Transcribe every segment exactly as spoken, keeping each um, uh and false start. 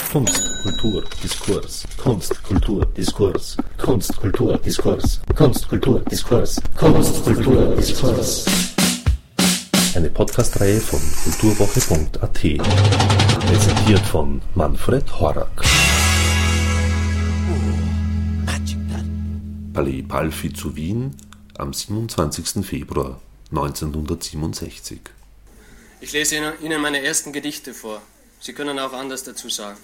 Kunst, Kultur, Diskurs. Kunst, Kultur, Diskurs. Kunst, Kultur, Diskurs. Kunst, Kultur, Diskurs. Kunst, Kultur, Diskurs. Eine Podcast-Reihe von kulturwoche punkt a t. Präsentiert von Manfred Horak. Palais Palfi zu Wien am siebenundzwanzigsten Februar neunzehnhundertsiebenundsechzig. Ich lese Ihnen meine ersten Gedichte vor. Sie können auch anders dazu sagen.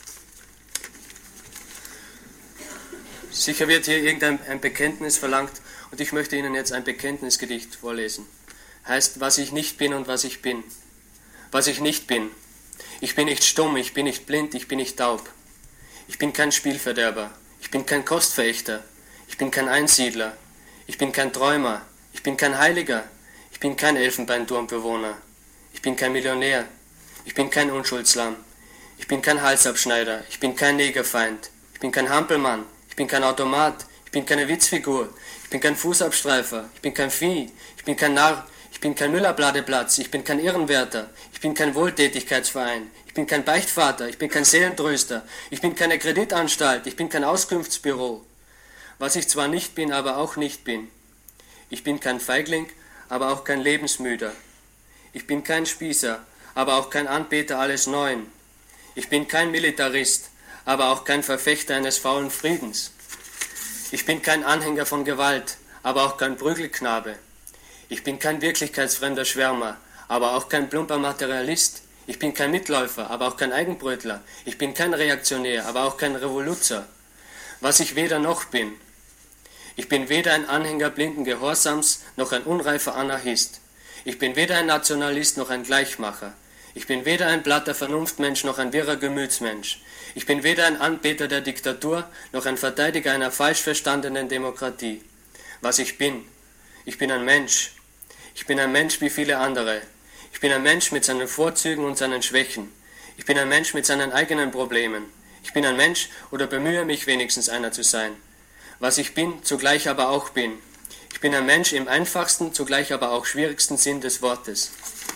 Sicher wird hier irgendein ein Bekenntnis verlangt und ich möchte Ihnen jetzt ein Bekenntnisgedicht vorlesen. Heißt, was ich nicht bin und was ich bin. Was ich nicht bin. Ich bin nicht stumm, ich bin nicht blind, ich bin nicht taub. Ich bin kein Spielverderber, ich bin kein Kostverächter, ich bin kein Einsiedler, ich bin kein Träumer, ich bin kein Heiliger, ich bin kein Elfenbeinturmbewohner, ich bin kein Millionär, ich bin kein Unschuldslamm, ich bin kein Halsabschneider, ich bin kein Negerfeind, ich bin kein Hampelmann, ich bin kein Automat, ich bin keine Witzfigur, ich bin kein Fußabstreifer, ich bin kein Vieh, ich bin kein Narr, ich bin kein Müllerbladeplatz, ich bin kein Irrenwärter, ich bin kein Wohltätigkeitsverein, ich bin kein Beichtvater, ich bin kein Seelentröster, ich bin keine Kreditanstalt, ich bin kein Auskunftsbüro. Was ich zwar nicht bin, aber auch nicht bin. Ich bin kein Feigling, aber auch kein Lebensmüder. Ich bin kein Spießer, aber auch kein Anbeter alles Neuen. Ich bin kein Militarist, aber auch kein Verfechter eines faulen Friedens. Ich bin kein Anhänger von Gewalt, aber auch kein Prügelknabe. Ich bin kein wirklichkeitsfremder Schwärmer, aber auch kein plumper Materialist. Ich bin kein Mitläufer, aber auch kein Eigenbrötler. Ich bin kein Reaktionär, aber auch kein Revoluzer. Was ich weder noch bin. Ich bin weder ein Anhänger blinden Gehorsams, noch ein unreifer Anarchist. Ich bin weder ein Nationalist, noch ein Gleichmacher. Ich bin weder ein platter Vernunftmensch, noch ein wirrer Gemütsmensch. Ich bin weder ein Anbeter der Diktatur, noch ein Verteidiger einer falsch verstandenen Demokratie. Was ich bin? Ich bin ein Mensch. Ich bin ein Mensch wie viele andere. Ich bin ein Mensch mit seinen Vorzügen und seinen Schwächen. Ich bin ein Mensch mit seinen eigenen Problemen. Ich bin ein Mensch oder bemühe mich wenigstens einer zu sein. Was ich bin, zugleich aber auch bin. Ich bin ein Mensch im einfachsten, zugleich aber auch schwierigsten Sinn des Wortes.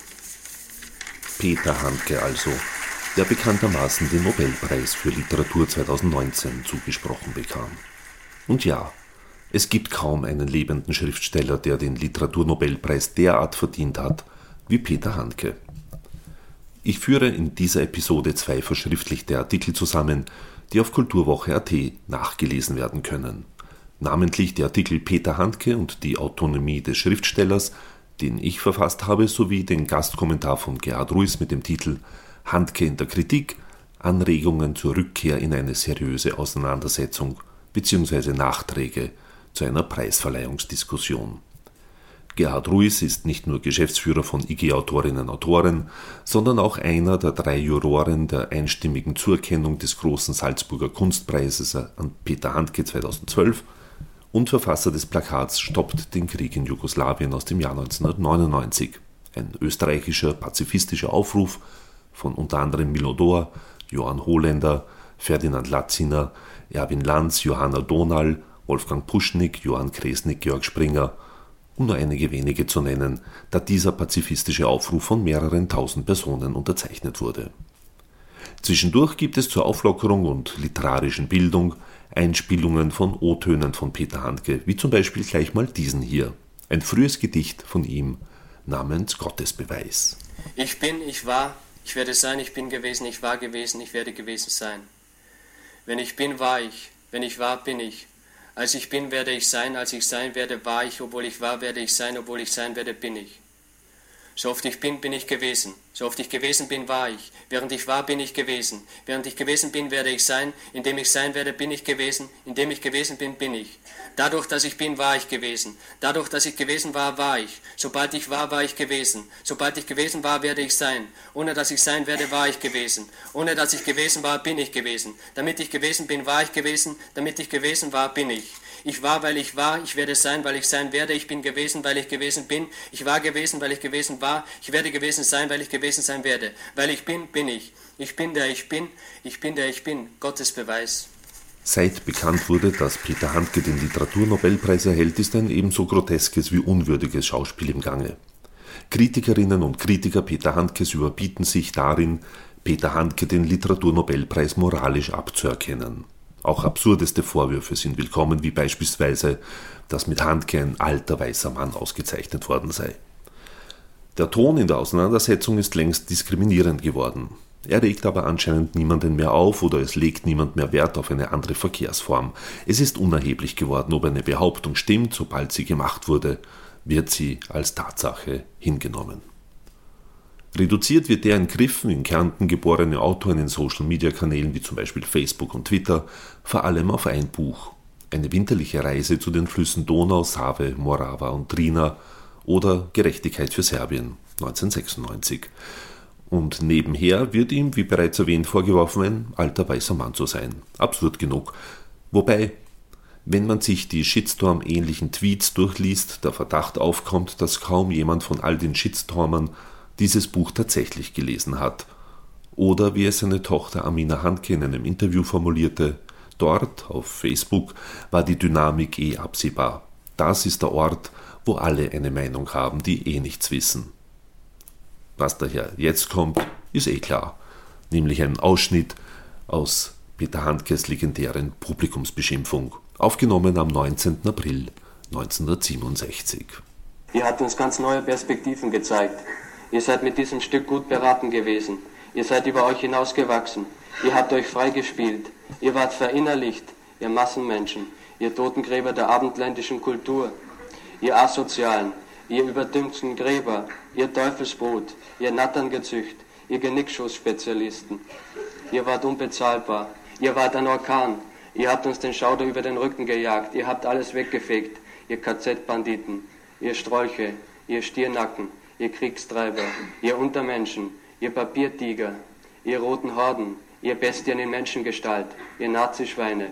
Peter Handke also, der bekanntermaßen den Nobelpreis für Literatur zweitausendneunzehn zugesprochen bekam. Und ja, es gibt kaum einen lebenden Schriftsteller, der den Literaturnobelpreis derart verdient hat wie Peter Handke. Ich führe in dieser Episode zwei verschriftlichte Artikel zusammen, die auf kulturwoche punkt a t nachgelesen werden können. Namentlich die Artikel Peter Handke und die Autonomie des Schriftstellers, den ich verfasst habe, sowie den Gastkommentar von Gerhard Ruiz mit dem Titel Handke in der Kritik, Anregungen zur Rückkehr in eine seriöse Auseinandersetzung bzw. Nachträge zu einer Preisverleihungsdiskussion. Gerhard Ruiz ist nicht nur Geschäftsführer von I G Autorinnen und Autoren, sondern auch einer der drei Juroren der einstimmigen Zuerkennung des großen Salzburger Kunstpreises an Peter Handke zweitausendzwölf und Verfasser des Plakats Stoppt den Krieg in Jugoslawien aus dem Jahr neunzehnhundertneunundneunzig. Ein österreichischer pazifistischer Aufruf von unter anderem Milo Dor, Johann Holländer, Ferdinand Latziner, Erwin Lanz, Johanna Donal, Wolfgang Puschnik, Johann Kresnik, Georg Springer, um nur einige wenige zu nennen, da dieser pazifistische Aufruf von mehreren tausend Personen unterzeichnet wurde. Zwischendurch gibt es zur Auflockerung und literarischen Bildung Einspielungen von O-Tönen von Peter Handke, wie zum Beispiel gleich mal diesen hier, ein frühes Gedicht von ihm namens Gottesbeweis. Ich bin, ich war, ich werde sein, ich bin gewesen, ich war gewesen, ich werde gewesen sein. Wenn ich bin, war ich, wenn ich war, bin ich. Als ich bin, werde ich sein, als ich sein werde, war ich, obwohl ich war, werde ich sein, obwohl ich sein werde, bin ich. So oft ich bin, bin ich gewesen. So oft ich gewesen bin, war ich. Während ich war, bin ich gewesen. Während ich gewesen bin, werde ich sein. Indem ich sein werde, bin ich gewesen. Indem ich gewesen bin, bin ich. Dadurch, dass ich bin, war ich gewesen. Dadurch, dass ich gewesen war, war ich. Sobald ich war, war ich gewesen. Sobald ich gewesen war, werde ich sein. Ohne dass ich sein werde, war ich gewesen. Ohne dass ich gewesen war, bin ich gewesen. Damit ich gewesen bin, war ich gewesen. Damit ich gewesen war, bin ich. Ich war, weil ich war. Ich werde sein, weil ich sein werde. Ich bin gewesen, weil ich gewesen bin. Ich war gewesen, weil ich gewesen war. Ich werde gewesen sein, weil ich gewesen sein werde. Weil ich bin, bin ich. Ich bin, der ich bin. Ich bin, der ich bin. Gottes Beweis. Seit bekannt wurde, dass Peter Handke den Literaturnobelpreis erhält, ist ein ebenso groteskes wie unwürdiges Schauspiel im Gange. Kritikerinnen und Kritiker Peter Handkes überbieten sich darin, Peter Handke den Literaturnobelpreis moralisch abzuerkennen. Auch absurdeste Vorwürfe sind willkommen, wie beispielsweise, dass mit Handke ein alter weißer Mann ausgezeichnet worden sei. Der Ton in der Auseinandersetzung ist längst diskriminierend geworden. Er regt aber anscheinend niemanden mehr auf oder es legt niemand mehr Wert auf eine andere Verkehrsform. Es ist unerheblich geworden, ob eine Behauptung stimmt, sobald sie gemacht wurde, wird sie als Tatsache hingenommen. Reduziert wird der in Griffen in Kärnten geborene Autor in den Social-Media-Kanälen wie zum Beispiel Facebook und Twitter vor allem auf ein Buch: Eine winterliche Reise zu den Flüssen Donau, Save, Morava und Drina oder Gerechtigkeit für Serbien neunzehnhundertsechsundneunzig. Und nebenher wird ihm, wie bereits erwähnt, vorgeworfen, ein alter weißer Mann zu sein. Absurd genug. Wobei, wenn man sich die Shitstorm-ähnlichen Tweets durchliest, der Verdacht aufkommt, dass kaum jemand von all den Shitstormern dieses Buch tatsächlich gelesen hat. Oder wie es seine Tochter Amina Handke in einem Interview formulierte: Dort, auf Facebook, war die Dynamik eh absehbar. Das ist der Ort, wo alle eine Meinung haben, die eh nichts wissen. Was daher jetzt kommt, ist eh klar, nämlich ein Ausschnitt aus Peter Handkes legendären Publikumsbeschimpfung, aufgenommen am neunzehnten April neunzehnhundertsiebenundsechzig. Ihr habt uns ganz neue Perspektiven gezeigt. Ihr seid mit diesem Stück gut beraten gewesen. Ihr seid über euch hinausgewachsen. Ihr habt euch freigespielt. Ihr wart verinnerlicht, ihr Massenmenschen, ihr Totengräber der abendländischen Kultur, ihr Asozialen, ihr überdüngten Gräber, ihr Teufelsbrut, ihr Natterngezücht, ihr Genickschussspezialisten. Ihr wart unbezahlbar. Ihr wart ein Orkan. Ihr habt uns den Schauder über den Rücken gejagt. Ihr habt alles weggefegt. Ihr K Z-Banditen, ihr Strolche, ihr Stiernacken, ihr Kriegstreiber, ihr Untermenschen, ihr Papiertiger, ihr roten Horden, ihr Bestien in Menschengestalt, ihr Nazischweine.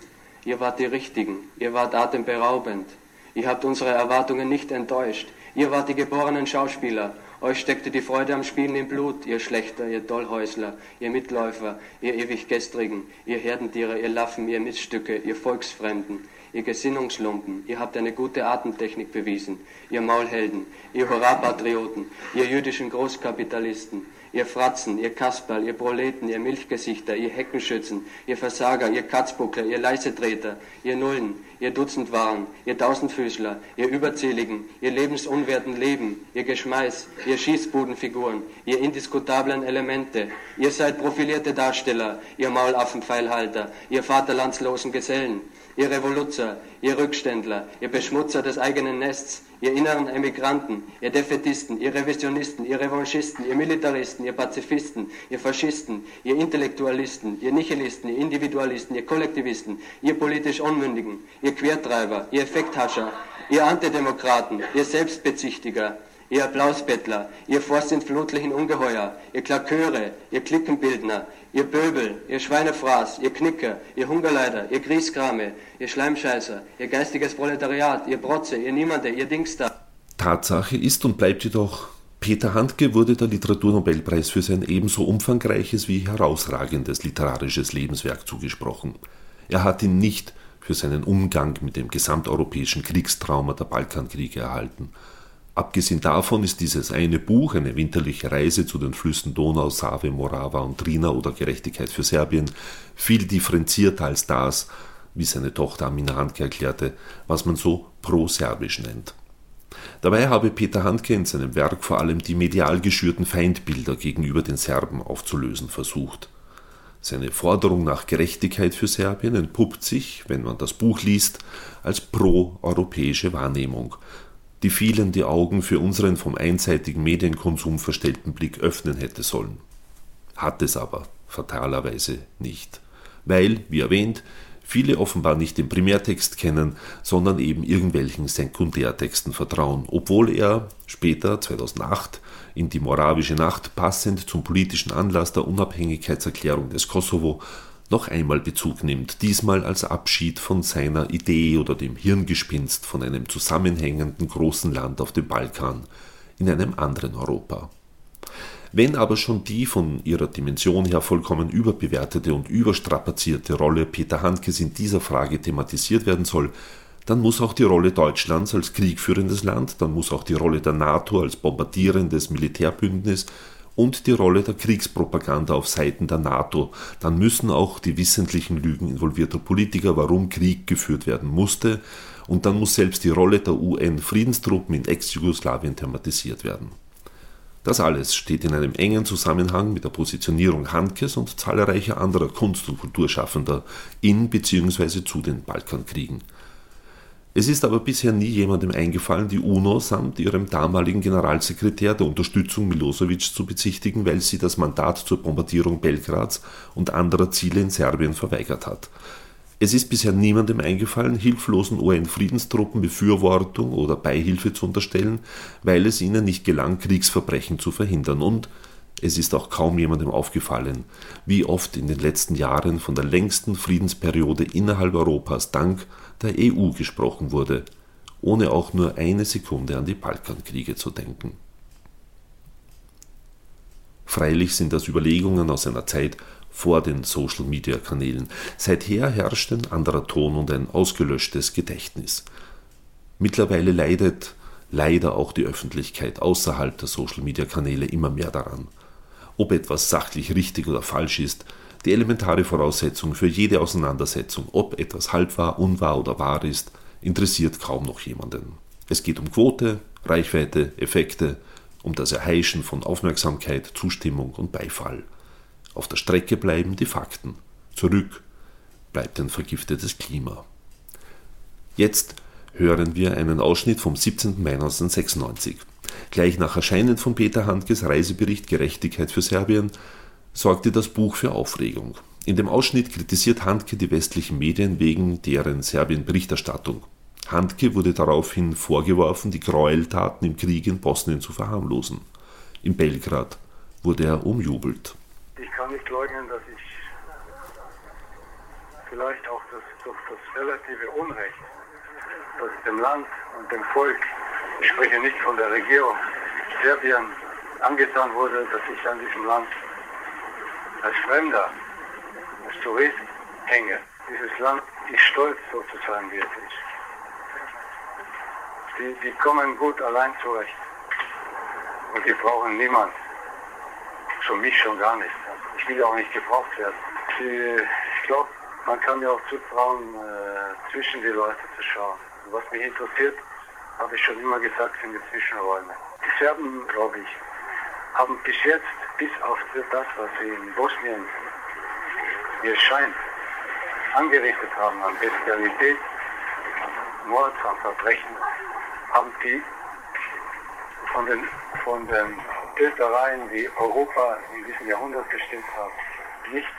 Ihr wart die Richtigen, ihr wart atemberaubend. Ihr habt unsere Erwartungen nicht enttäuscht. Ihr wart die geborenen Schauspieler. Euch steckte die Freude am Spielen im Blut, ihr Schlechter, ihr Dollhäusler, ihr Mitläufer, ihr ewig Gestrigen, ihr Herdentiere, ihr Laffen, ihr Missstücke, ihr Volksfremden, ihr Gesinnungslumpen. Ihr habt eine gute Atemtechnik bewiesen, ihr Maulhelden, ihr Hurra-Patrioten, ihr jüdischen Großkapitalisten, ihr Fratzen, ihr Kasperl, ihr Proleten, ihr Milchgesichter, ihr Heckenschützen, ihr Versager, ihr Katzbuckler, ihr Leisetreter, ihr Nullen, ihr Dutzendwaren, ihr Tausendfüßler, ihr Überzähligen, ihr lebensunwerten Leben, ihr Geschmeiß, ihr Schießbudenfiguren, ihr indiskutablen Elemente. Ihr seid profilierte Darsteller, ihr Maulaffenpfeilhalter, ihr vaterlandslosen Gesellen, ihr Revoluzer, ihr Rückständler, ihr Beschmutzer des eigenen Nests, ihr inneren Emigranten, ihr Defätisten, ihr Revisionisten, ihr Revanchisten, ihr Militaristen, ihr Pazifisten, ihr Faschisten, ihr Intellektualisten, ihr Nihilisten, ihr Individualisten, ihr Kollektivisten, ihr politisch Unmündigen, ihr Quertreiber, ihr Effekthascher, ihr Antidemokraten, ihr Selbstbezichtiger, ihr Applausbettler, ihr vorsintflutlichen Ungeheuer, ihr Klaköre, ihr Klickenbildner, ihr Böbel, ihr Schweinefraß, ihr Knicker, ihr Hungerleider, ihr Grieskrame, ihr Schleimscheißer, ihr geistiges Proletariat, ihr Protze, ihr Niemande, ihr Dingsda. Tatsache ist und bleibt jedoch, Peter Handke wurde der Literaturnobelpreis für sein ebenso umfangreiches wie herausragendes literarisches Lebenswerk zugesprochen. Er hat ihn nicht für seinen Umgang mit dem gesamteuropäischen Kriegstrauma der Balkankriege erhalten. Abgesehen davon ist dieses eine Buch, eine winterliche Reise zu den Flüssen Donau, Save, Morava und Drina oder Gerechtigkeit für Serbien, viel differenzierter als das, wie seine Tochter Amina Handke erklärte, was man so pro-serbisch nennt. Dabei habe Peter Handke in seinem Werk vor allem die medial geschürten Feindbilder gegenüber den Serben aufzulösen versucht. Seine Forderung nach Gerechtigkeit für Serbien entpuppt sich, wenn man das Buch liest, als pro-europäische Wahrnehmung, die vielen die Augen für unseren vom einseitigen Medienkonsum verstellten Blick öffnen hätte sollen. Hat es aber fatalerweise nicht, weil, wie erwähnt, viele offenbar nicht den Primärtext kennen, sondern eben irgendwelchen Sekundärtexten vertrauen, obwohl er später, zweitausendacht, in die Moravische Nacht passend zum politischen Anlass der Unabhängigkeitserklärung des Kosovo noch einmal Bezug nimmt, diesmal als Abschied von seiner Idee oder dem Hirngespinst von einem zusammenhängenden großen Land auf dem Balkan in einem anderen Europa. Wenn aber schon die von ihrer Dimension her vollkommen überbewertete und überstrapazierte Rolle Peter Handkes in dieser Frage thematisiert werden soll, dann muss auch die Rolle Deutschlands als kriegführendes Land, dann muss auch die Rolle der NATO als bombardierendes Militärbündnis und die Rolle der Kriegspropaganda auf Seiten der NATO, dann müssen auch die wissentlichen Lügen involvierter Politiker, warum Krieg geführt werden musste, und dann muss selbst die Rolle der U N-Friedenstruppen in Ex-Jugoslawien thematisiert werden. Das alles steht in einem engen Zusammenhang mit der Positionierung Handkes und zahlreicher anderer Kunst- und Kulturschaffender in bzw. zu den Balkankriegen. Es ist aber bisher nie jemandem eingefallen, die UNO samt ihrem damaligen Generalsekretär der Unterstützung Milosevics zu bezichtigen, weil sie das Mandat zur Bombardierung Belgrads und anderer Ziele in Serbien verweigert hat. Es ist bisher niemandem eingefallen, hilflosen U N-Friedenstruppen Befürwortung oder Beihilfe zu unterstellen, weil es ihnen nicht gelang, Kriegsverbrechen zu verhindern. Und es ist auch kaum jemandem aufgefallen, wie oft in den letzten Jahren von der längsten Friedensperiode innerhalb Europas dank der E U gesprochen wurde, ohne auch nur eine Sekunde an die Balkankriege zu denken. Freilich sind das Überlegungen aus einer Zeit vor den Social-Media-Kanälen. Seither herrscht ein anderer Ton und ein ausgelöschtes Gedächtnis. Mittlerweile leidet leider auch die Öffentlichkeit außerhalb der Social-Media-Kanäle immer mehr daran. Ob etwas sachlich richtig oder falsch ist, die elementare Voraussetzung für jede Auseinandersetzung, ob etwas halbwahr, unwahr oder wahr ist, interessiert kaum noch jemanden. Es geht um Quote, Reichweite, Effekte, um das Erheischen von Aufmerksamkeit, Zustimmung und Beifall. Auf der Strecke bleiben die Fakten. Zurück bleibt ein vergiftetes Klima. Jetzt hören wir einen Ausschnitt vom siebzehnten Mai neunzehnhundertsechsundneunzig. Gleich nach Erscheinen von Peter Handkes Reisebericht Gerechtigkeit für Serbien sorgte das Buch für Aufregung. In dem Ausschnitt kritisiert Handke die westlichen Medien wegen deren Serbien-Berichterstattung. Handke wurde daraufhin vorgeworfen, die Gräueltaten im Krieg in Bosnien zu verharmlosen. In Belgrad wurde er umjubelt. Ich kann nicht leugnen, dass ich vielleicht auch das, durch das relative Unrecht, das dem Land und dem Volk, ich spreche nicht von der Regierung, Serbien angetan wurde, dass ich an diesem Land als Fremder, als Tourist hänge. Dieses Land ist stolz, so zu sein, wie es ist. Die, die kommen gut allein zurecht. Und die brauchen niemand. Schon mich schon gar nicht. Ich will auch nicht gebraucht werden. Die, ich glaube, man kann mir auch zutrauen, äh, zwischen die Leute zu schauen. Was mich interessiert, habe ich schon immer gesagt, sind die Zwischenräume. Die Serben, glaube ich, haben bis jetzt, bis auf das, was sie in Bosnien, wie es scheint, angerichtet haben an Bestialität, an Mord, an Verbrechen, haben die von den, von den Tötereien, die Europa in diesem Jahrhundert bestimmt haben, nicht,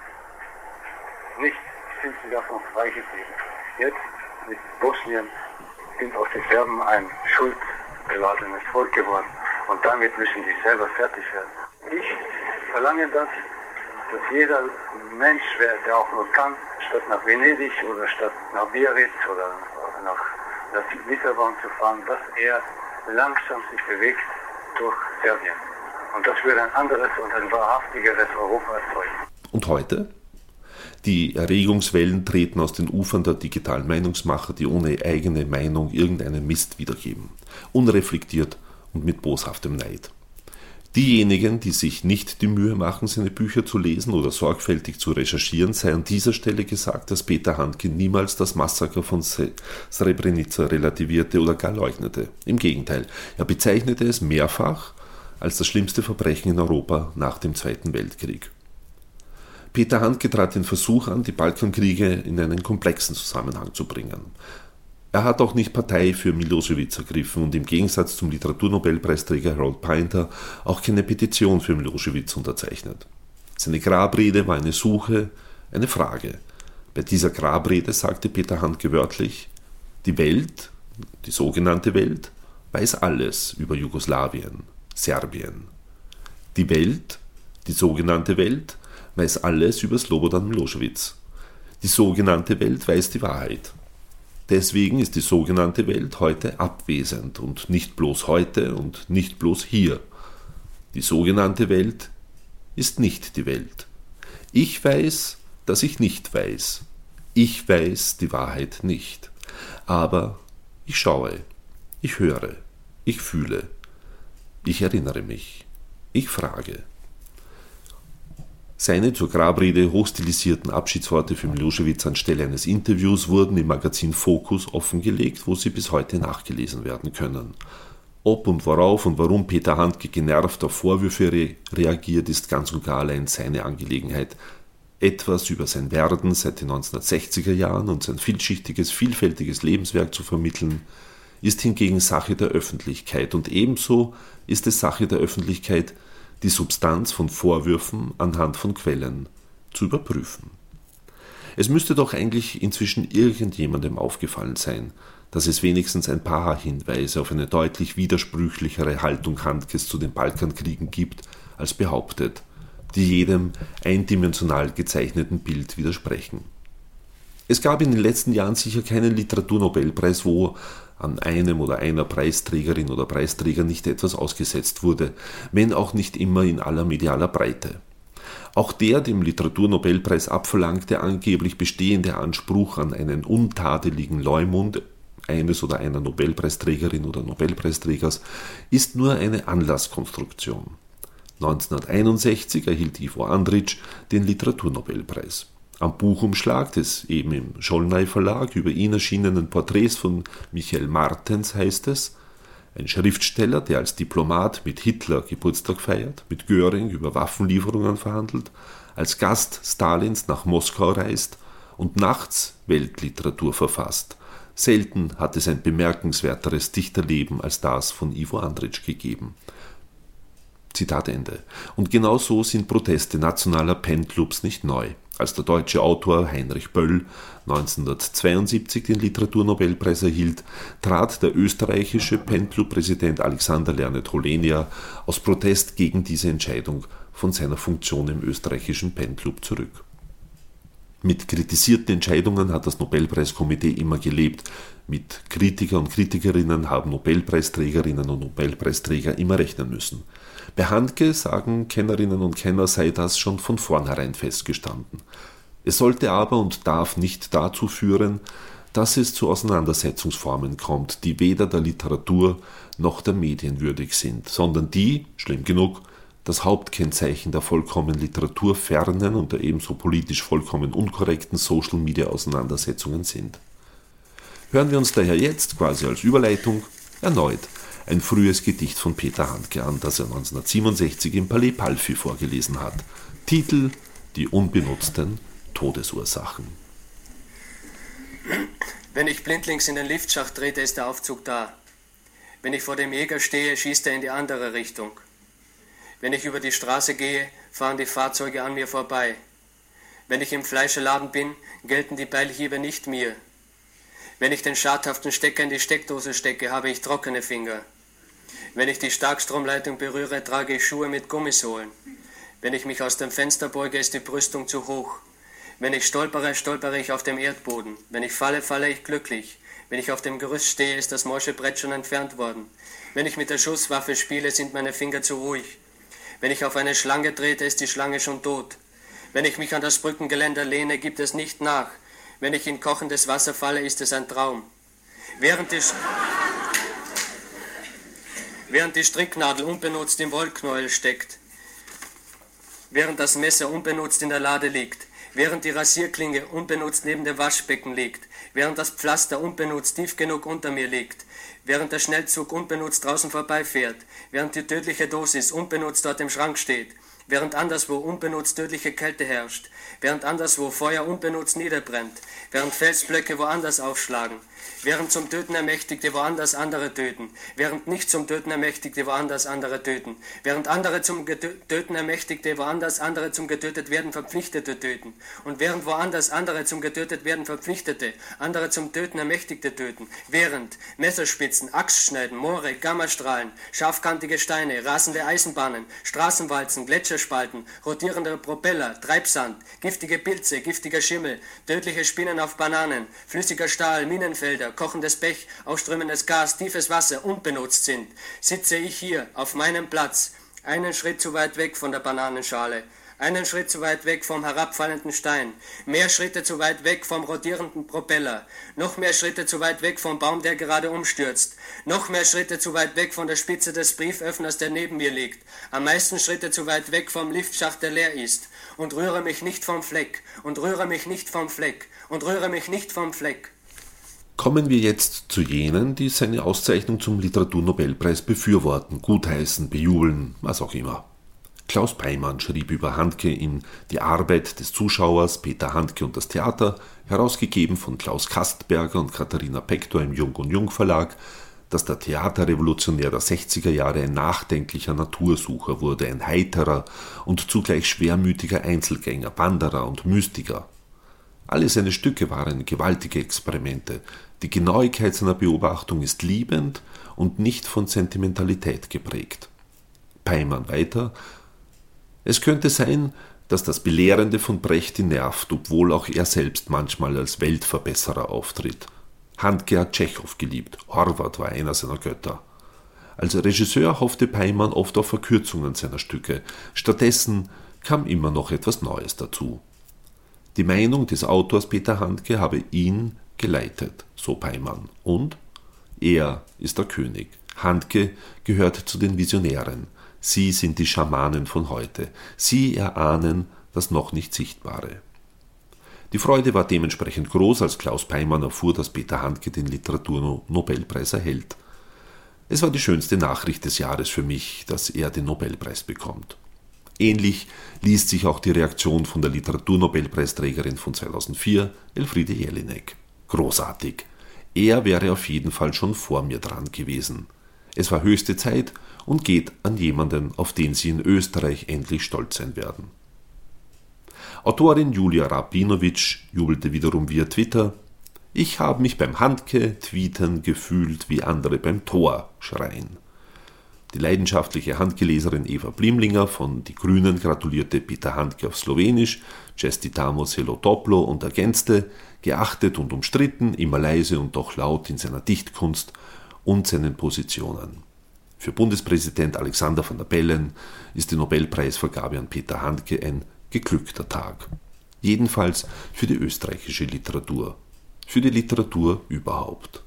nicht sind sie davon freigeblieben. Jetzt mit Bosnien sind auch die Serben ein schuldbeladenes Volk geworden. Und damit müssen die selber fertig werden. Ich verlange das, dass jeder Mensch, der auch nur kann, statt nach Venedig oder statt nach Biarritz oder nach, nach Lissabon zu fahren, dass er langsam sich bewegt durch Serbien. Und das würde ein anderes und ein wahrhaftigeres Europa erzeugen. Und heute? Die Erregungswellen treten aus den Ufern der digitalen Meinungsmacher, die ohne eigene Meinung irgendeinen Mist wiedergeben. Unreflektiert und mit boshaftem Neid. Diejenigen, die sich nicht die Mühe machen, seine Bücher zu lesen oder sorgfältig zu recherchieren, sei an dieser Stelle gesagt, dass Peter Handke niemals das Massaker von Srebrenica relativierte oder gar leugnete. Im Gegenteil, er bezeichnete es mehrfach als das schlimmste Verbrechen in Europa nach dem Zweiten Weltkrieg. Peter Handke trat den Versuch an, die Balkankriege in einen komplexen Zusammenhang zu bringen. Er hat auch nicht Partei für Milosevic ergriffen und im Gegensatz zum Literaturnobelpreisträger Harold Pinter auch keine Petition für Milosevic unterzeichnet. Seine Grabrede war eine Suche, eine Frage. Bei dieser Grabrede sagte Peter Handke wörtlich: Die Welt, die sogenannte Welt, weiß alles über Jugoslawien, Serbien. Die Welt, die sogenannte Welt, weiß alles über Slobodan Milosevic. Die sogenannte Welt weiß die Wahrheit. Deswegen ist die sogenannte Welt heute abwesend und nicht bloß heute und nicht bloß hier. Die sogenannte Welt ist nicht die Welt. Ich weiß, dass ich nicht weiß. Ich weiß die Wahrheit nicht. Aber ich schaue, ich höre, ich fühle, ich erinnere mich. Ich frage. Seine zur Grabrede hochstilisierten Abschiedsworte für Milošević anstelle eines Interviews wurden im Magazin Focus offengelegt, wo sie bis heute nachgelesen werden können. Ob und worauf und warum Peter Handke genervt auf Vorwürfe re- reagiert, ist ganz und gar allein seine Angelegenheit. Etwas über sein Werden seit den neunzehnhundertsechziger Jahren und sein vielschichtiges, vielfältiges Lebenswerk zu vermitteln, ist hingegen Sache der Öffentlichkeit, und ebenso ist es Sache der Öffentlichkeit, die Substanz von Vorwürfen anhand von Quellen zu überprüfen. Es müsste doch eigentlich inzwischen irgendjemandem aufgefallen sein, dass es wenigstens ein paar Hinweise auf eine deutlich widersprüchlichere Haltung Handkes zu den Balkankriegen gibt, als behauptet, die jedem eindimensional gezeichneten Bild widersprechen. Es gab in den letzten Jahren sicher keinen Literaturnobelpreis, wo an einem oder einer Preisträgerin oder Preisträger nicht etwas ausgesetzt wurde, wenn auch nicht immer in aller medialer Breite. Auch der dem Literaturnobelpreis abverlangte angeblich bestehende Anspruch an einen untadeligen Leumund eines oder einer Nobelpreisträgerin oder Nobelpreisträgers ist nur eine Anlasskonstruktion. neunzehnhunderteinundsechzig erhielt Ivo Andrić den Literaturnobelpreis. Am Buchumschlag des eben im Scholnay Verlag über ihn erschienenen Porträts von Michael Martens heißt es: Ein Schriftsteller, der als Diplomat mit Hitler Geburtstag feiert, mit Göring über Waffenlieferungen verhandelt, als Gast Stalins nach Moskau reist und nachts Weltliteratur verfasst. Selten hat es ein bemerkenswerteres Dichterleben als das von Ivo Andrić gegeben. Zitat Ende. Und genau so sind Proteste nationaler Penclubs nicht neu. Als der deutsche Autor Heinrich Böll neunzehnhundertzweiundsiebzig den Literaturnobelpreis erhielt, trat der österreichische Penclub-Präsident Alexander Lernet-Holenia aus Protest gegen diese Entscheidung von seiner Funktion im österreichischen Penclub zurück. Mit kritisierten Entscheidungen hat das Nobelpreiskomitee immer gelebt. Mit Kritiker und Kritikerinnen haben Nobelpreisträgerinnen und Nobelpreisträger immer rechnen müssen. Bei Handke, sagen Kennerinnen und Kenner, sei das schon von vornherein festgestanden. Es sollte aber und darf nicht dazu führen, dass es zu Auseinandersetzungsformen kommt, die weder der Literatur noch der Medien würdig sind, sondern die, schlimm genug, das Hauptkennzeichen der vollkommen literaturfernen und der ebenso politisch vollkommen unkorrekten Social-Media-Auseinandersetzungen sind. Hören wir uns daher jetzt, quasi als Überleitung, erneut ein frühes Gedicht von Peter Handke an, das er neunzehnhundertsiebenundsechzig im Palais Palffy vorgelesen hat. Titel: Die unbenutzten Todesursachen. Wenn ich blindlings in den Liftschacht trete, ist der Aufzug da. Wenn ich vor dem Jäger stehe, schießt er in die andere Richtung. Wenn ich über die Straße gehe, fahren die Fahrzeuge an mir vorbei. Wenn ich im Fleischeladen bin, gelten die Beilhiebe nicht mir. Wenn ich den schadhaften Stecker in die Steckdose stecke, habe ich trockene Finger. Wenn ich die Starkstromleitung berühre, trage ich Schuhe mit Gummisohlen. Wenn ich mich aus dem Fenster beuge, ist die Brüstung zu hoch. Wenn ich stolpere, stolpere ich auf dem Erdboden. Wenn ich falle, falle ich glücklich. Wenn ich auf dem Gerüst stehe, ist das Morschebrett schon entfernt worden. Wenn ich mit der Schusswaffe spiele, sind meine Finger zu ruhig. Wenn ich auf eine Schlange trete, ist die Schlange schon tot. Wenn ich mich an das Brückengeländer lehne, gibt es nicht nach. Wenn ich in kochendes Wasser falle, ist es ein Traum. Während die, während die Stricknadel unbenutzt im Wollknäuel steckt, während das Messer unbenutzt in der Lade liegt, während die Rasierklinge unbenutzt neben dem Waschbecken liegt, während das Pflaster unbenutzt tief genug unter mir liegt, während der Schnellzug unbenutzt draußen vorbeifährt, während die tödliche Dosis unbenutzt dort im Schrank steht, während anderswo unbenutzt tödliche Kälte herrscht, während anderswo Feuer unbenutzt niederbrennt, während Felsblöcke woanders aufschlagen, während zum Töten Ermächtigte woanders andere töten, während nicht zum Töten Ermächtigte woanders andere töten, während andere zum Töten Ermächtigte woanders andere zum getötet werden Verpflichtete töten, und während woanders andere zum getötet werden Verpflichtete, andere zum Töten Ermächtigte töten, während Messerspitzen, Axtschneiden, Moore, Gammastrahlen, scharfkantige Steine, rasende Eisenbahnen, Straßenwalzen, Gletscherspalten, rotierende Propeller, Treibsand, giftige Pilze, giftiger Schimmel, tödliche Spinnen auf Bananen, flüssiger Stahl, Minenfelder, kochendes Pech, ausströmendes Gas, tiefes Wasser unbenutzt sind, sitze ich hier auf meinem Platz, einen Schritt zu weit weg von der Bananenschale, Einen Schritt zu weit weg vom herabfallenden Stein, mehr Schritte zu weit weg vom rotierenden Propeller, noch mehr Schritte zu weit weg vom Baum, der gerade umstürzt, noch mehr Schritte zu weit weg von der Spitze des Brieföffners, der neben mir liegt, am meisten Schritte zu weit weg vom Liftschacht, der leer ist, und rühre mich nicht vom Fleck, und rühre mich nicht vom Fleck, und rühre mich nicht vom Fleck. Kommen wir jetzt zu jenen, die seine Auszeichnung zum Literaturnobelpreis befürworten, gutheißen, bejubeln, was auch immer. Klaus Peimann schrieb über Handke in Die Arbeit des Zuschauers, Peter Handke und das Theater, herausgegeben von Klaus Kastberger und Katharina Pektor im Jung und Jung Verlag, dass der Theaterrevolutionär der sechziger Jahre ein nachdenklicher Natursucher wurde, ein heiterer und zugleich schwermütiger Einzelgänger, Wanderer und Mystiker. Alle seine Stücke waren gewaltige Experimente. Die Genauigkeit seiner Beobachtung ist liebend und nicht von Sentimentalität geprägt. Peimann weiter: Es könnte sein, dass das Belehrende von Brecht ihn nervt, obwohl auch er selbst manchmal als Weltverbesserer auftritt. Handke hat Tschechow geliebt, Horvath war einer seiner Götter. Als Regisseur hoffte Peimann oft auf Verkürzungen seiner Stücke. Stattdessen kam immer noch etwas Neues dazu. Die Meinung des Autors Peter Handke habe ihn geleitet, so Peimann. Und er ist der König. Handke gehört zu den Visionären. Sie sind die Schamanen von heute. Sie erahnen das noch nicht Sichtbare. Die Freude war dementsprechend groß, als Klaus Peimann erfuhr, dass Peter Handke den Literaturnobelpreis erhält. Es war die schönste Nachricht des Jahres für mich, dass er den Nobelpreis bekommt. Ähnlich liest sich auch die Reaktion von der Literaturnobelpreisträgerin von zweitausendvier, Elfriede Jelinek. Großartig. Er wäre auf jeden Fall schon vor mir dran gewesen. Es war höchste Zeit und geht an jemanden, auf den Sie in Österreich endlich stolz sein werden. Autorin Julia Rabinowitsch jubelte wiederum via Twitter: Ich habe mich beim Handke-Tweeten gefühlt, wie andere beim Tor schreien. Die leidenschaftliche Handke-Leserin Eva Blimlinger von Die Grünen gratulierte Peter Handke auf Slowenisch, Čestitamo zelo toplo, und ergänzte: Geachtet und umstritten, immer leise und doch laut in seiner Dichtkunst und seinen Positionen. Für Bundespräsident Alexander Van der Bellen ist die Nobelpreisvergabe an Peter Handke ein geglückter Tag. Jedenfalls für die österreichische Literatur. Für die Literatur überhaupt.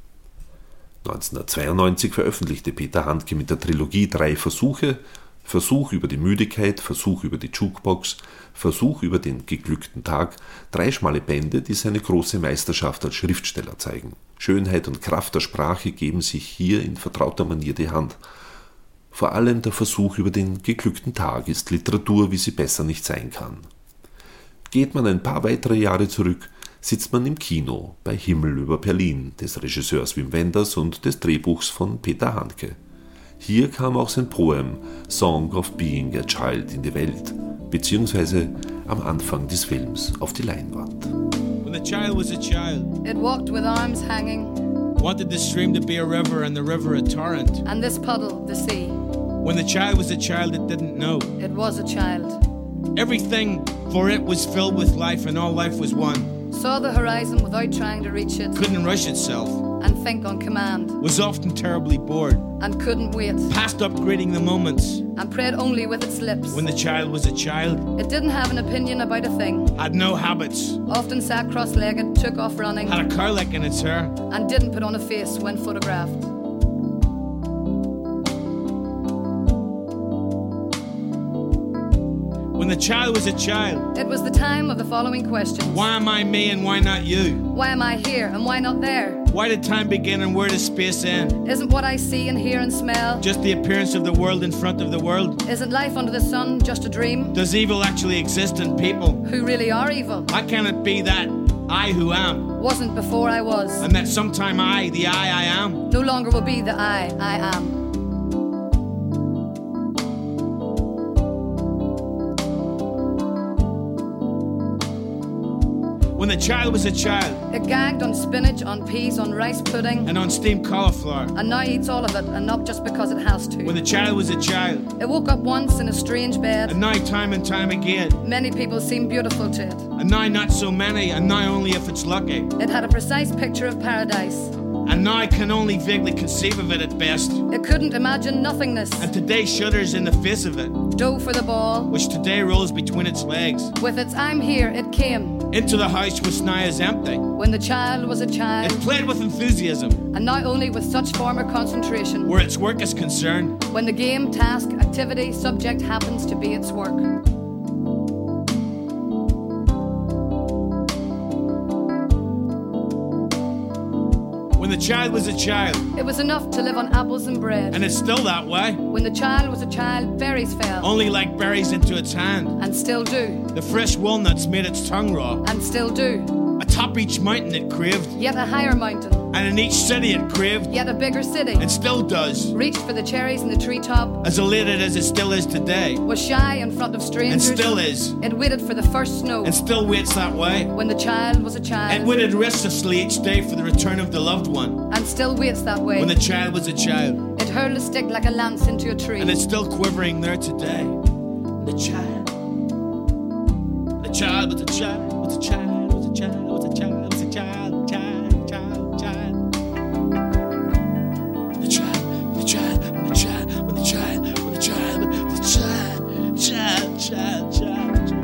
neunzehnhundertzweiundneunzig veröffentlichte Peter Handke mit der Trilogie Drei Versuche: Versuch über die Müdigkeit, Versuch über die Jukebox, Versuch über den geglückten Tag, drei schmale Bände, die seine große Meisterschaft als Schriftsteller zeigen. Schönheit und Kraft der Sprache geben sich hier in vertrauter Manier die Hand. Vor allem der Versuch über den geglückten Tag ist Literatur, wie sie besser nicht sein kann. Geht man ein paar weitere Jahre zurück, sitzt man im Kino bei Himmel über Berlin des Regisseurs Wim Wenders und des Drehbuchs von Peter Handke. Hier kam auch sein Poem Song of Being a Child in die Welt, beziehungsweise am Anfang des Films auf die Leinwand. When the child was a child, it walked with arms hanging, wanted the stream to be a river and the river a torrent. and this puddle the sea. When the child was a child, it didn't know. It was a child. Everything for it was filled with life, and all life was one. Saw the horizon without trying to reach it, Couldn't rush itself, and think on command, was often terribly bored, and couldn't wait, past upgrading the moments. and prayed only with its lips. When the child was a child, It didn't have an opinion about a thing, had no habits, often sat cross-legged, took off running, had a cowlick in its hair, and didn't put on a face when photographed. When the child was a child, It was the time of the following questions. why am I me and why not you? Why am I here and why not there? Why did time begin and where does space end? Isn't what I see and hear and smell? Just the appearance of the world in front of the world? Isn't life under the sun just a dream? Does evil actually exist in people? Who really are evil? Why can't it be that I who am, Wasn't before I was. and that sometime I, the I I am? No longer will be the I I am. When the child was a child, It gagged on spinach, on peas, on rice pudding, and on steamed cauliflower. and now eats all of it, and not just because it has When to. the child was a child, It woke up once in a strange bed. and now time and time again, Many people seem beautiful to it. and now not so many, and now only if it's lucky. It had a precise picture of paradise, And now I can only vaguely conceive of it at best. It couldn't imagine nothingness. And today shudders in the face of it, Dove for the ball. which today rolls between its legs. With its I'm here, it came. Into the house which now is empty. When the child was a child. It played with enthusiasm, And now only with such former concentration. where its work is concerned. When the game, task, activity, subject happens to be its work. When the child was a child, It was enough to live on apples and bread. and it's still that way, When the child was a child, berries fell. only like berries into its hand. And still do. The fresh walnuts made its tongue raw. And still do. Atop each mountain it craved, Yet a higher mountain. and in each city it craved, Yet a bigger city. and still does, Reached for the cherries in the treetop. as elated as it still is today, Was shy in front of and strangers. still is, It waited for the first snow. and still waits that way. When the child was a It child. waited restlessly each day for the return of the loved one. And still waits that way. When the child was a child, It hurled a stick like a lance into a tree. and it's still quivering there today. The child, the child was a child, was a child, was a child, was a child, was a child, child, child, child. The child, the child, when the child, when the child, when the child, the child, child, child, child, child.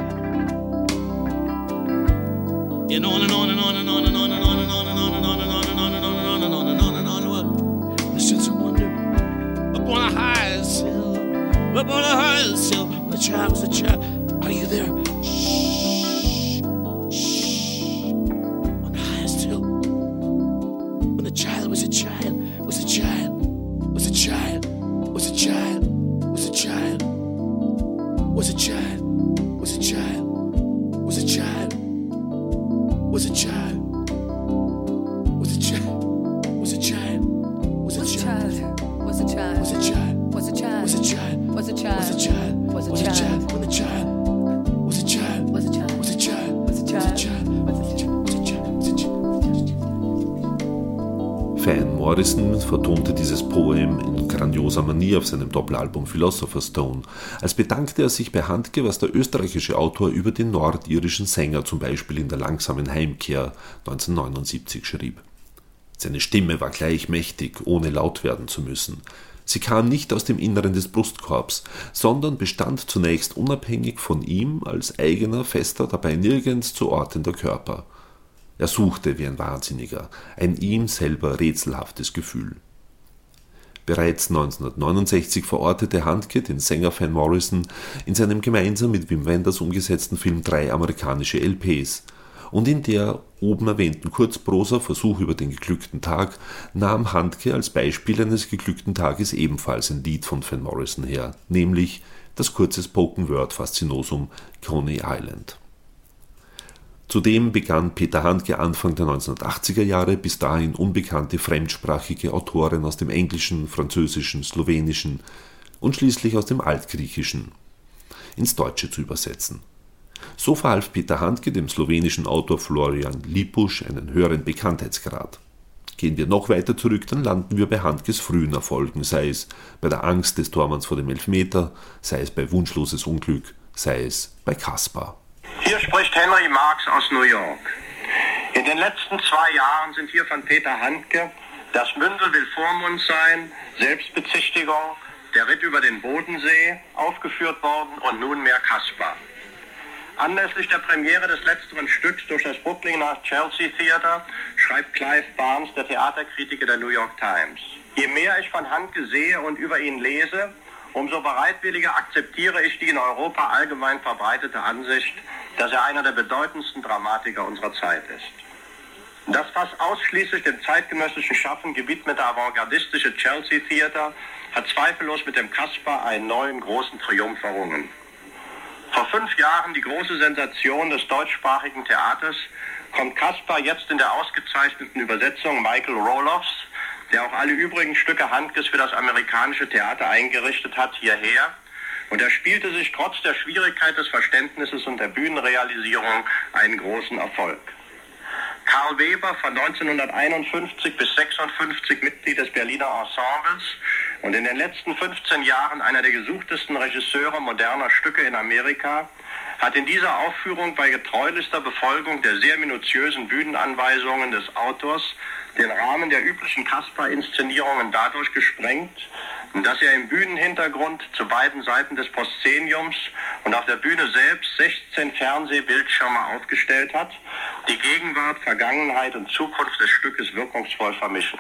And on and on and on and on and on and on and on and on and on and on and on and on and on and on and on and on and on. The sense of wonder up on a high hill, up on a high hill. When the child was a child, are you there? Shh, shh. On the highest hill. When the child was a child, was a child, was a child, was a child, was a child, was a child, was a child, was a child, was a child, was a child, was a child, was a Was a child, child. Was a child. was a child, Was a child. was a child, Was a was a child. child, Was a was a child. child, when the child was a child, Was a child. was a child, Was a was a child. child, Was a child. was a child, was a child. Van Morrison vertonte dieses Poem in grandioser Manier auf seinem Doppelalbum Philosopher's Stone, als bedankte er sich bei Handke, was der österreichische Autor über den nordirischen Sänger zum Beispiel in der langsamen Heimkehr neunzehnhundertneunundsiebzig schrieb. Seine Stimme war gleich mächtig, ohne laut werden zu müssen. Sie kam nicht aus dem Inneren des Brustkorbs, sondern bestand zunächst unabhängig von ihm als eigener, fester, dabei nirgends zu ortender Körper. Er suchte wie ein Wahnsinniger, ein ihm selber rätselhaftes Gefühl. Bereits neunzehnhundertneunundsechzig verortete Handke den Sänger Van Morrison in seinem gemeinsam mit Wim Wenders umgesetzten Film drei amerikanische L Ps, und in der oben erwähnten Kurzprosa Versuch über den geglückten Tag nahm Handke als Beispiel eines geglückten Tages ebenfalls ein Lied von Van Morrison her, nämlich das kurze Spoken-Word-Faszinosum Coney Island. Zudem begann Peter Handke Anfang der neunzehnhundertachtziger Jahre bis dahin unbekannte fremdsprachige Autoren aus dem Englischen, Französischen, Slowenischen und schließlich aus dem Altgriechischen ins Deutsche zu übersetzen. So verhalf Peter Handke dem slowenischen Autor Florian Lipusch einen höheren Bekanntheitsgrad. Gehen wir noch weiter zurück, dann landen wir bei Handkes frühen Erfolgen, sei es bei der Angst des Tormanns vor dem Elfmeter, sei es bei Wunschloses Unglück, sei es bei Kaspar. Hier spricht Henry Marx aus New York. In den letzten zwei Jahren sind hier von Peter Handke Das Mündel will Vormund sein, Selbstbezichtigung, Der Ritt über den Bodensee aufgeführt worden und nunmehr Kaspar. Anlässlich der Premiere des letzteren Stücks durch das Brooklyner Chelsea Theater schreibt Clive Barnes, der Theaterkritiker der New York Times: Je mehr ich von Handke sehe und über ihn lese, umso bereitwilliger akzeptiere ich die in Europa allgemein verbreitete Ansicht, dass er einer der bedeutendsten Dramatiker unserer Zeit ist. Das fast ausschließlich dem zeitgenössischen Schaffen gewidmete avantgardistische Chelsea Theater hat zweifellos mit dem Kaspar einen neuen großen Triumph errungen. Vor fünf Jahren die große Sensation des deutschsprachigen Theaters, kommt Kaspar jetzt in der ausgezeichneten Übersetzung Michael Roloffs, der auch alle übrigen Stücke Handkes für das amerikanische Theater eingerichtet hat, hierher. Und er spielte sich trotz der Schwierigkeit des Verständnisses und der Bühnenrealisierung einen großen Erfolg. Karl Weber, von neunzehnhunderteinundfünfzig bis sechsundfünfzig Mitglied des Berliner Ensembles und in den letzten fünfzehn Jahren einer der gesuchtesten Regisseure moderner Stücke in Amerika, hat in dieser Aufführung bei getreulichster Befolgung der sehr minutiösen Bühnenanweisungen des Autors den Rahmen der üblichen Caspar-Inszenierungen dadurch gesprengt, dass er im Bühnenhintergrund zu beiden Seiten des Proszeniums und auf der Bühne selbst sechzehn Fernsehbildschirme aufgestellt hat, die Gegenwart, Vergangenheit und Zukunft des Stückes wirkungsvoll vermischen.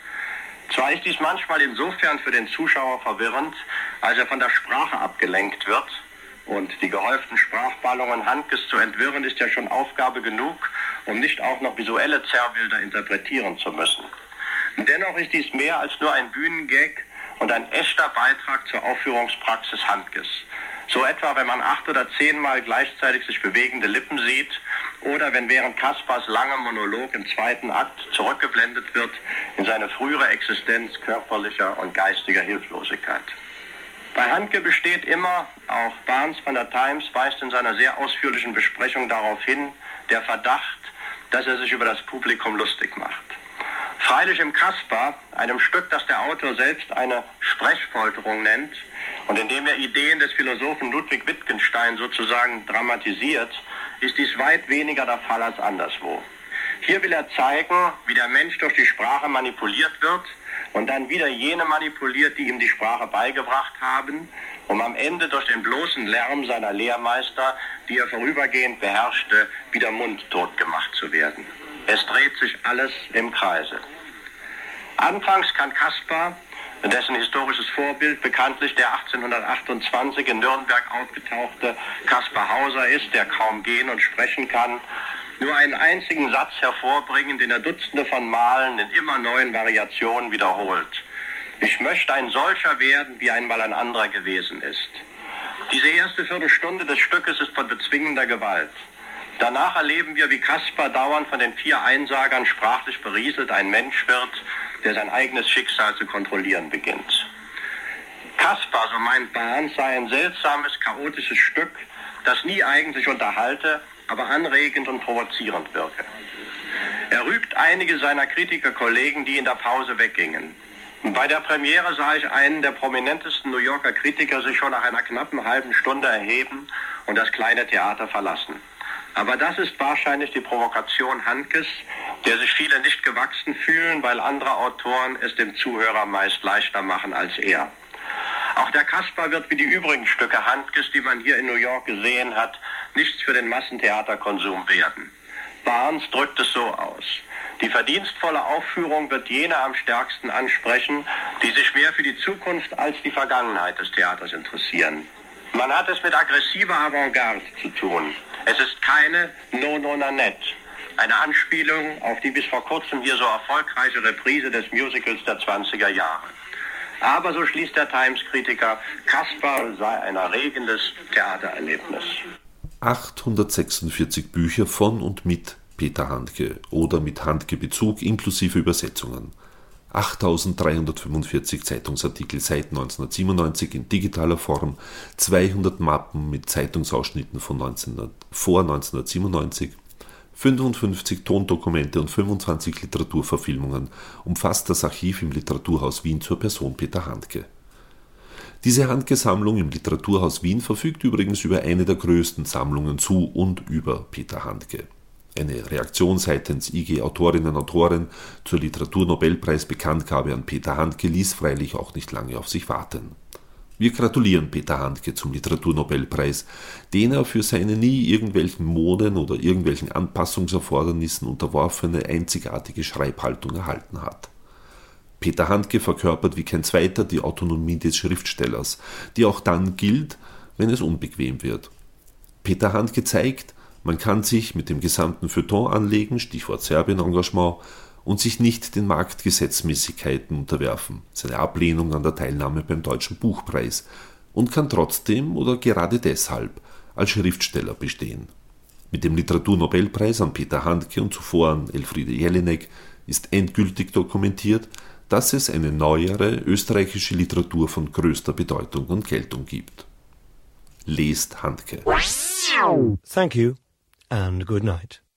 Zwar ist dies manchmal insofern für den Zuschauer verwirrend, als er von der Sprache abgelenkt wird, und die gehäuften Sprachballungen Handkes zu entwirren ist ja schon Aufgabe genug, um nicht auch noch visuelle Zerrbilder interpretieren zu müssen. Dennoch ist dies mehr als nur ein Bühnengag und ein echter Beitrag zur Aufführungspraxis Handkes. So etwa, wenn man acht oder zehnmal gleichzeitig sich bewegende Lippen sieht oder wenn während Caspars langem Monolog im zweiten Akt zurückgeblendet wird in seine frühere Existenz körperlicher und geistiger Hilflosigkeit. Bei Handke besteht immer, auch Barnes von der Times weist in seiner sehr ausführlichen Besprechung darauf hin, der Verdacht, dass er sich über das Publikum lustig macht. Freilich im Caspar, einem Stück, das der Autor selbst eine Sprechfolterung nennt und in dem er Ideen des Philosophen Ludwig Wittgenstein sozusagen dramatisiert, ist dies weit weniger der Fall als anderswo. Hier will er zeigen, wie der Mensch durch die Sprache manipuliert wird und dann wieder jene manipuliert, die ihm die Sprache beigebracht haben, um am Ende durch den bloßen Lärm seiner Lehrmeister, die er vorübergehend beherrschte, wieder mundtot gemacht zu werden. Es dreht sich alles im Kreise. Anfangs kann Caspar, dessen historisches Vorbild bekanntlich der achtzehnhundertachtundzwanzig in Nürnberg aufgetauchte Caspar Hauser ist, der kaum gehen und sprechen kann, nur einen einzigen Satz hervorbringen, den er Dutzende von Malen in immer neuen Variationen wiederholt. Ich möchte ein solcher werden, wie einmal ein anderer gewesen ist. Diese erste Viertelstunde des Stückes ist von bezwingender Gewalt. Danach erleben wir, wie Caspar dauernd von den vier Einsagern sprachlich berieselt ein Mensch wird, der sein eigenes Schicksal zu kontrollieren beginnt. Caspar, so meint Barnes, sei ein seltsames, chaotisches Stück, das nie eigentlich unterhalte, aber anregend und provozierend wirke. Er rügt einige seiner Kritikerkollegen, die in der Pause weggingen. Bei der Premiere sah ich einen der prominentesten New Yorker Kritiker sich schon nach einer knappen halben Stunde erheben und das kleine Theater verlassen. Aber das ist wahrscheinlich die Provokation Handkes, der sich viele nicht gewachsen fühlen, weil andere Autoren es dem Zuhörer meist leichter machen als er. Auch der Caspar wird wie die übrigen Stücke Handkes, die man hier in New York gesehen hat, nichts für den Massentheaterkonsum werden. Barnes drückt es so aus: Die verdienstvolle Aufführung wird jene am stärksten ansprechen, die sich mehr für die Zukunft als die Vergangenheit des Theaters interessieren. Man hat es mit aggressiver Avantgarde zu tun. Es ist keine No-No-Na-Net, eine Anspielung auf die bis vor kurzem hier so erfolgreiche Reprise des Musicals der zwanziger Jahre. Aber, so schließt der Times-Kritiker, Caspar sei ein erregendes Theatererlebnis. achthundertsechsundvierzig Bücher von und mit Peter Handke oder mit Handke-Bezug inklusive Übersetzungen. achttausenddreihundertfünfundvierzig Zeitungsartikel seit neunzehnhundertsiebenundneunzig in digitaler Form, zweihundert Mappen mit Zeitungsausschnitten von neunzehnhundert, vor neunzehnhundertsiebenundneunzig, fünfundfünfzig Tondokumente und fünfundzwanzig Literaturverfilmungen umfasst das Archiv im Literaturhaus Wien zur Person Peter Handke. Diese Handke-Sammlung im Literaturhaus Wien verfügt übrigens über eine der größten Sammlungen zu und über Peter Handke. Eine Reaktion seitens I G Autorinnen und Autoren zur Literaturnobelpreis-Bekanntgabe an Peter Handke ließ freilich auch nicht lange auf sich warten. Wir gratulieren Peter Handke zum Literaturnobelpreis, den er für seine nie irgendwelchen Moden oder irgendwelchen Anpassungserfordernissen unterworfene einzigartige Schreibhaltung erhalten hat. Peter Handke verkörpert wie kein zweiter die Autonomie des Schriftstellers, die auch dann gilt, wenn es unbequem wird. Peter Handke zeigt, man kann sich mit dem gesamten Feuilleton anlegen, Stichwort Serbien-Engagement, und sich nicht den Marktgesetzmäßigkeiten unterwerfen, seine Ablehnung an der Teilnahme beim Deutschen Buchpreis, und kann trotzdem oder gerade deshalb als Schriftsteller bestehen. Mit dem Literaturnobelpreis an Peter Handke und zuvor an Elfriede Jelinek ist endgültig dokumentiert, dass es eine neuere österreichische Literatur von größter Bedeutung und Geltung gibt. Lest Handke. Thank you and good night.